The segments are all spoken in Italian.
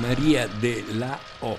Maria de la O.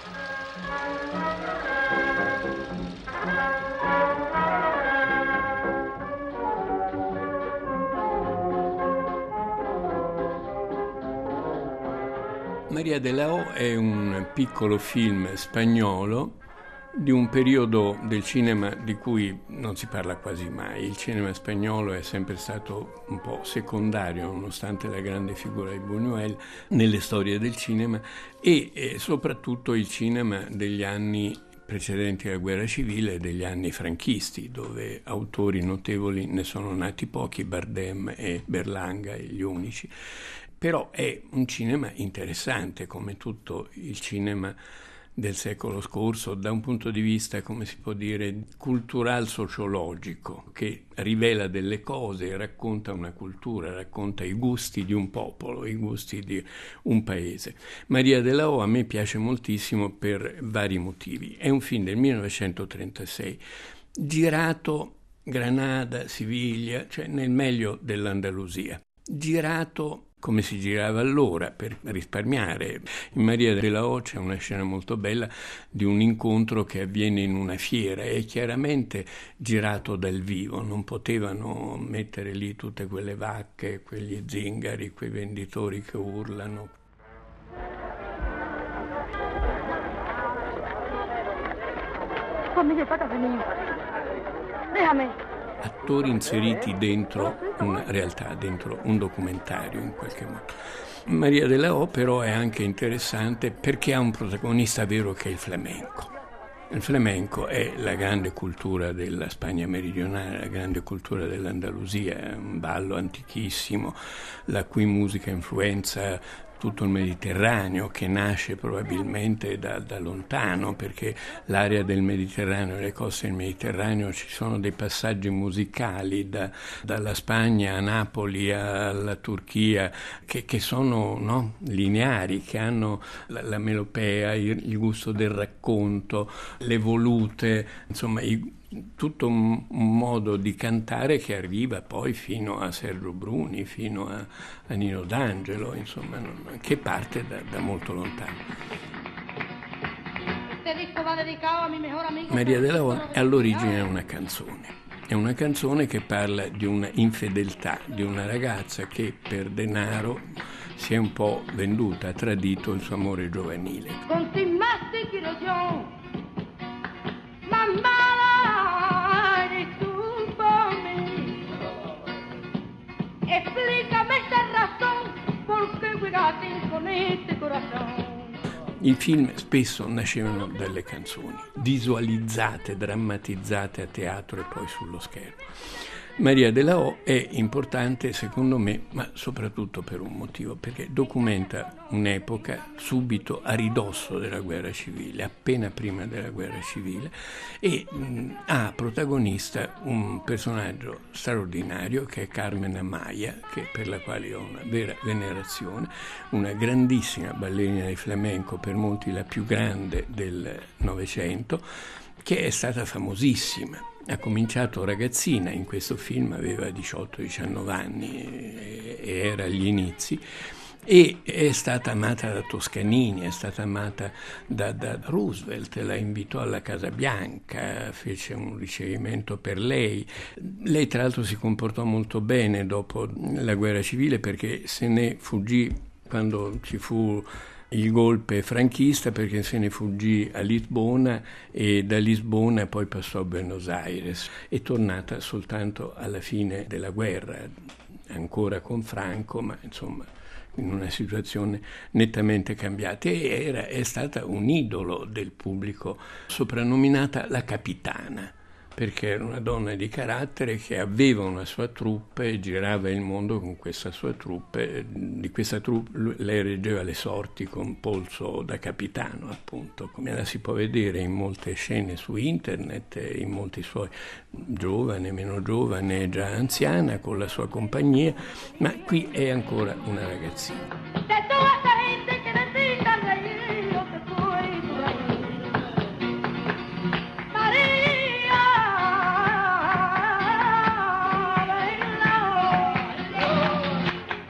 Maria de la O è un piccolo film spagnolo di un periodo del cinema di cui non si parla quasi mai. Il cinema spagnolo è sempre stato un po' secondario, nonostante la grande figura di Buñuel, nelle storie del cinema e soprattutto il cinema degli anni precedenti alla guerra civile e degli anni franchisti, dove autori notevoli ne sono nati pochi, Bardem e Berlanga, gli unici. Però è un cinema interessante, come tutto il cinema del secolo scorso, da un punto di vista, come si può dire, cultural-sociologico, che rivela delle cose, racconta una cultura, racconta i gusti di un popolo, i gusti di un paese. Maria de la O a me piace moltissimo per vari motivi. È un film del 1936, girato Granada, Siviglia, cioè nel meglio dell'Andalusia, girato come si girava allora per risparmiare. In Maria de la O c'è una scena molto bella di un incontro che avviene in una fiera, è chiaramente girato dal vivo, non potevano mettere lì tutte quelle vacche, quegli zingari, quei venditori che urlano. Fammi para venir. Déjame. Attori inseriti dentro una realtà, dentro un documentario in qualche modo. Maria de la O però è anche interessante perché ha un protagonista vero che è il flamenco. Il flamenco è la grande cultura della Spagna meridionale, la grande cultura dell'Andalusia, è un ballo antichissimo, la cui musica influenza tutto il Mediterraneo, che nasce probabilmente da lontano, perché l'area del Mediterraneo, le coste del Mediterraneo, ci sono dei passaggi musicali dalla Spagna a Napoli alla Turchia che sono lineari, che hanno la melopea, il gusto del racconto, le volute, insomma tutto un modo di cantare che arriva poi fino a Sergio Bruni, fino a Nino D'Angelo, insomma, che parte da molto lontano. Maria de la O all'origine è una canzone. È una canzone che parla di una infedeltà di una ragazza che per denaro si è un po' venduta, ha tradito il suo amore giovanile. I film spesso nascevano dalle canzoni, visualizzate, drammatizzate a teatro e poi sullo schermo. Maria de la O è importante secondo me, ma soprattutto per un motivo, perché documenta un'epoca subito a ridosso della guerra civile, appena prima della guerra civile, e ha protagonista un personaggio straordinario che è Carmen Amaya, per la quale ho una vera venerazione, una grandissima ballerina di flamenco, per molti la più grande del Novecento, che è stata famosissima. Ha cominciato ragazzina, in questo film aveva 18-19 anni e era agli inizi, e è stata amata da Toscanini, è stata amata da Roosevelt, la invitò alla Casa Bianca, fece un ricevimento per lei. Lei tra l'altro si comportò molto bene dopo la guerra civile perché se ne fuggì quando ci fu il golpe franchista, perché se ne fuggì a Lisbona e da Lisbona poi passò a Buenos Aires. È tornata soltanto alla fine della guerra, ancora con Franco, ma insomma in una situazione nettamente cambiata, e è stata un idolo del pubblico, soprannominata la Capitana, perché era una donna di carattere che aveva una sua troupe e girava il mondo con questa sua troupe. Di questa troupe lei reggeva le sorti con polso da capitano, appunto, come la si può vedere in molte scene su internet, in molti suoi giovane, meno giovane, già anziana, con la sua compagnia, ma qui è ancora una ragazzina.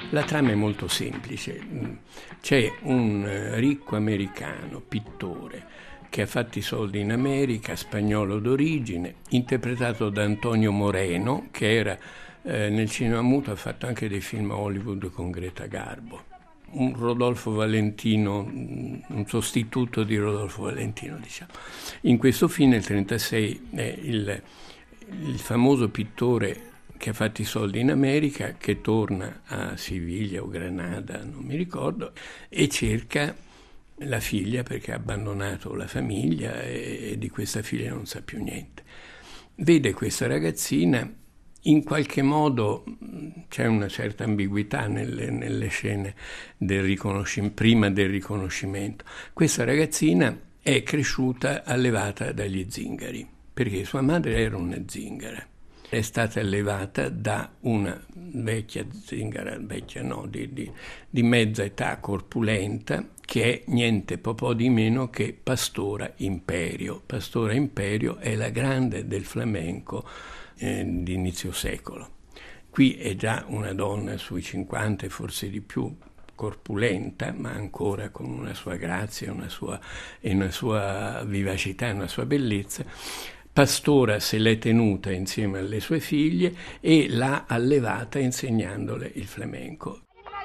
La trama è molto semplice. C'è un ricco americano, pittore, che ha fatto i soldi in America, spagnolo d'origine, interpretato da Antonio Moreno, che era nel cinema muto, ha fatto anche dei film a Hollywood con Greta Garbo. Un Rodolfo Valentino, un sostituto di Rodolfo Valentino, diciamo. In questo film, nel 1936, è il famoso pittore che ha fatto i soldi in America, che torna a Siviglia o Granada, non mi ricordo, e cerca la figlia perché ha abbandonato la famiglia e di questa figlia non sa più niente. Vede questa ragazzina, in qualche modo c'è una certa ambiguità nelle scene prima del riconoscimento. Questa ragazzina è cresciuta allevata dagli zingari, perché sua madre era una zingara. È stata allevata da una vecchia zingara, di mezza età, corpulenta, che è niente po' di meno che Pastora Imperio. Pastora Imperio è la grande del flamenco di inizio secolo. Qui è già una donna sui 50 e forse di più, corpulenta, ma ancora con una sua grazia, una sua vivacità, una sua bellezza. Pastora se l'è tenuta insieme alle sue figlie e l'ha allevata insegnandole il flamenco.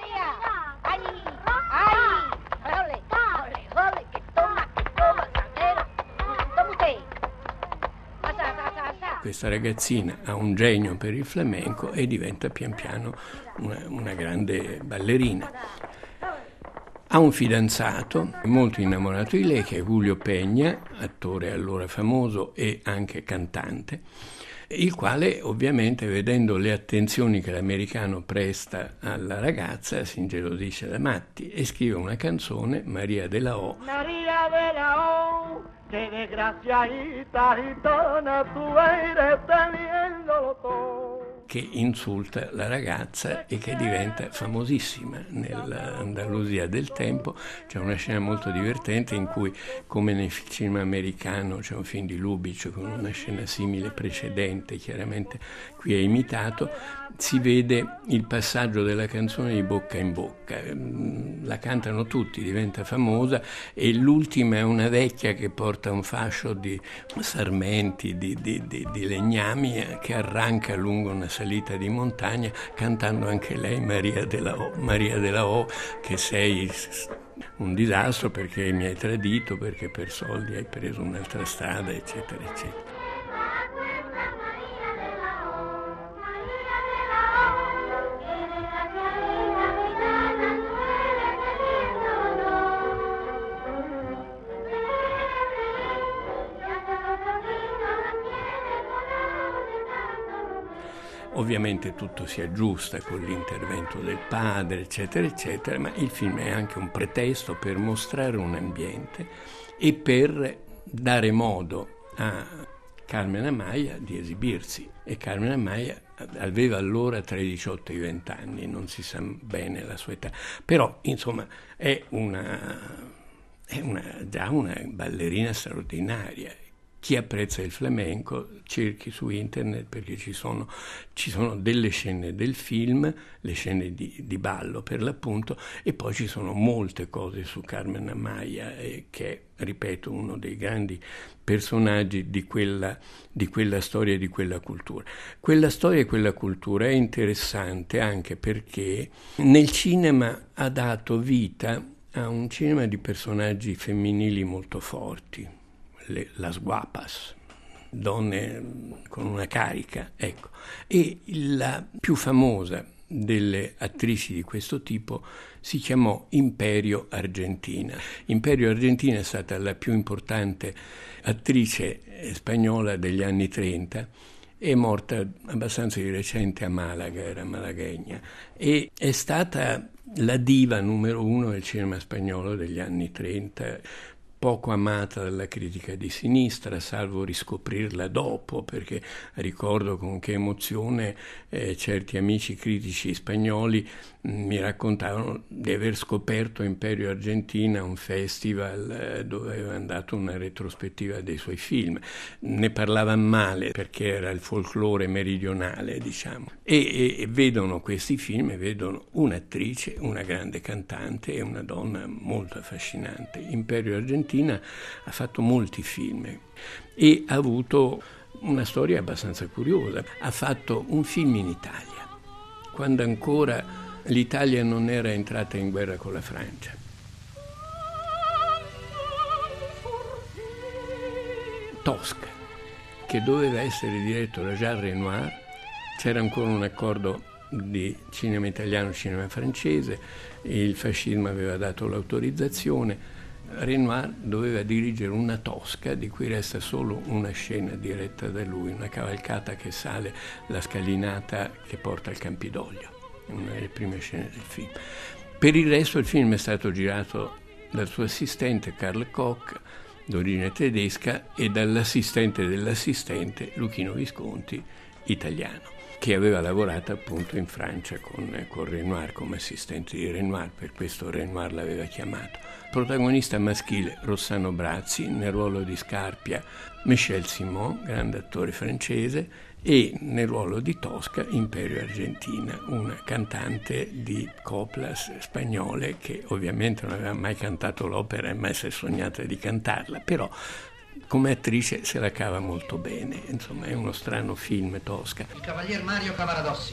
Questa ragazzina ha un genio per il flamenco e diventa pian piano una grande ballerina. Ha un fidanzato molto innamorato di lei, che è Julio Peña, attore allora famoso e anche cantante, il quale ovviamente, vedendo le attenzioni che l'americano presta alla ragazza, si ingelosisce da matti e scrive una canzone, María de la O. María de la O, que desgraciadita gitana, tu eres teniéndolo todo, che insulta la ragazza e che diventa famosissima nell'Andalusia del tempo. C'è una scena molto divertente in cui, come nel cinema americano, c'è un film di Lubitsch con una scena simile precedente, chiaramente qui è imitato, si vede il passaggio della canzone di bocca in bocca. La cantano tutti, diventa famosa, e l'ultima è una vecchia che porta un fascio di sarmenti, di legnami, che arranca lungo una salita di montagna, cantando anche lei María de la O, che sei un disastro perché mi hai tradito, perché per soldi hai preso un'altra strada, eccetera, eccetera. Ovviamente tutto si aggiusta con l'intervento del padre, eccetera, eccetera, ma il film è anche un pretesto per mostrare un ambiente e per dare modo a Carmen Amaya di esibirsi. E Carmen Amaya aveva allora tra i 18 e i 20 anni, non si sa bene la sua età, però insomma è già una ballerina straordinaria. Chi apprezza il flamenco cerchi su internet, perché ci sono delle scene del film, le scene di ballo per l'appunto, e poi ci sono molte cose su Carmen Amaya, che è, ripeto, uno dei grandi personaggi di quella storia e di quella cultura. Quella storia e quella cultura è interessante anche perché nel cinema ha dato vita a un cinema di personaggi femminili molto forti. Las guapas, donne con una carica, ecco. E la più famosa delle attrici di questo tipo si chiamò Imperio Argentina. Imperio Argentina è stata la più importante attrice spagnola degli anni 30, è morta abbastanza di recente a Malaga, era malaguegna, e è stata la diva numero uno del cinema spagnolo degli anni 30, poco amata dalla critica di sinistra, salvo riscoprirla dopo, perché ricordo con che emozione certi amici critici spagnoli mi raccontavano di aver scoperto Imperio Argentina, un festival dove aveva andato una retrospettiva dei suoi film. Ne parlavano male perché era il folklore meridionale, diciamo. E vedono questi film e vedono un'attrice, una grande cantante e una donna molto affascinante. Imperio Argentina ha fatto molti film e ha avuto una storia abbastanza curiosa. Ha fatto un film in Italia, quando ancora l'Italia non era entrata in guerra con la Francia. Tosca, che doveva essere diretto da Jean Renoir. C'era ancora un accordo di cinema italiano, cinema francese, il fascismo aveva dato l'autorizzazione. Renoir doveva dirigere una Tosca di cui resta solo una scena diretta da lui, una cavalcata che sale la scalinata che porta al Campidoglio, una delle prime scene del film. Per il resto il film è stato girato dal suo assistente Karl Koch, d'origine tedesca, e dall'assistente dell'assistente Luchino Visconti, italiano, che aveva lavorato appunto in Francia con Renoir come assistente di Renoir, per questo Renoir l'aveva chiamato. Protagonista maschile Rossano Brazzi, nel ruolo di Scarpia Michel Simon, grande attore francese, e nel ruolo di Tosca Imperio Argentina, una cantante di coplas spagnole che ovviamente non aveva mai cantato l'opera e mai si è sognata di cantarla, però come attrice se la cava molto bene. Insomma, è uno strano film, Tosca. Il cavalier Mario Cavaradossi.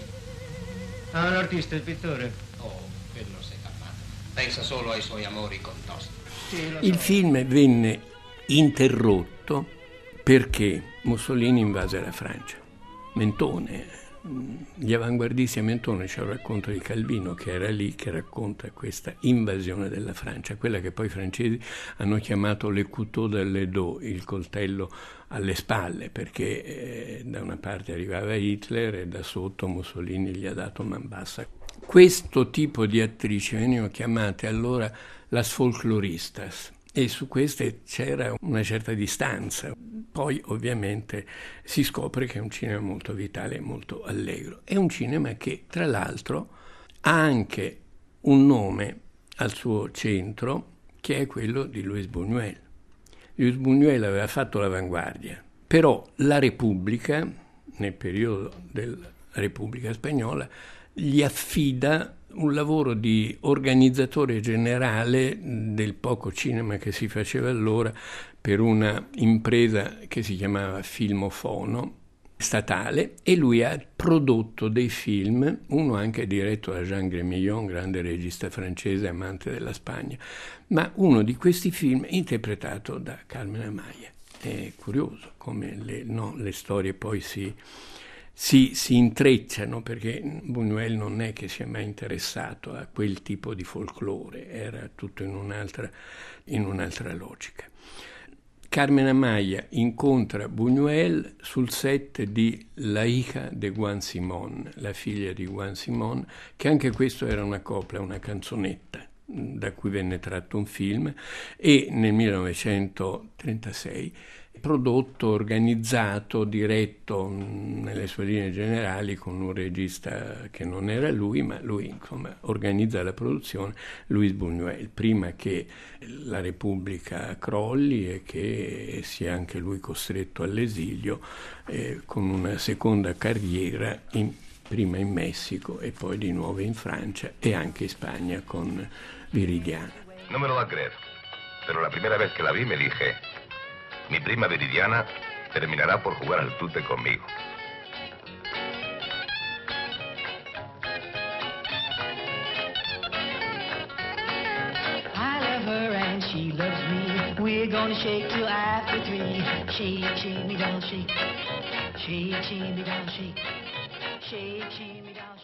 Ah, l'artista, il pittore. Oh, quello si è calmato. Pensa solo ai suoi amori con Tosca. Sì, lo Il so. film venne interrotto perché Mussolini invase la Francia. Mentone, gli avanguardisti a Mentone, c'è un racconto di Calvino che era lì, che racconta questa invasione della Francia, quella che poi i francesi hanno chiamato le couteau de l'Edo, il coltello alle spalle, perché da una parte arrivava Hitler e da sotto Mussolini gli ha dato man bassa. Questo tipo di attrici venivano chiamate allora las folkloristas, e su queste c'era una certa distanza. Poi ovviamente si scopre che è un cinema molto vitale e molto allegro. È un cinema che tra l'altro ha anche un nome al suo centro, che è quello di Luis Buñuel. Luis Buñuel aveva fatto l'Avanguardia, però la Repubblica, nel periodo della Repubblica Spagnola, gli affida un lavoro di organizzatore generale del poco cinema che si faceva allora per una impresa che si chiamava Filmofono, statale, e lui ha prodotto dei film, uno anche diretto da Jean Grémillon, grande regista francese amante della Spagna, ma uno di questi film è interpretato da Carmen Amaya. È curioso come le storie poi si intrecciano, perché Buñuel non è che sia mai interessato a quel tipo di folklore, era tutto in un'altra logica. Carmen Amaya incontra Buñuel sul set di La hija de Juan Simón, la figlia di Juan Simón, che anche questo era una copla, una canzonetta da cui venne tratto un film, e nel 1936 prodotto, organizzato, diretto nelle sue linee generali con un regista che non era lui, ma lui insomma organizza la produzione, Luis Buñuel, prima che la Repubblica crolli e che sia anche lui costretto all'esilio, con una seconda carriera prima in Messico e poi di nuovo in Francia e anche in Spagna con Viridiana. No me lo va a creer, pero la primera vez que la vi me dije: mi prima Viridiana terminará por jugar al tute conmigo. I love her and she loves me. We're gonna shake till after 3. Shake me down, shake. Shake me down, shake. Shake me down.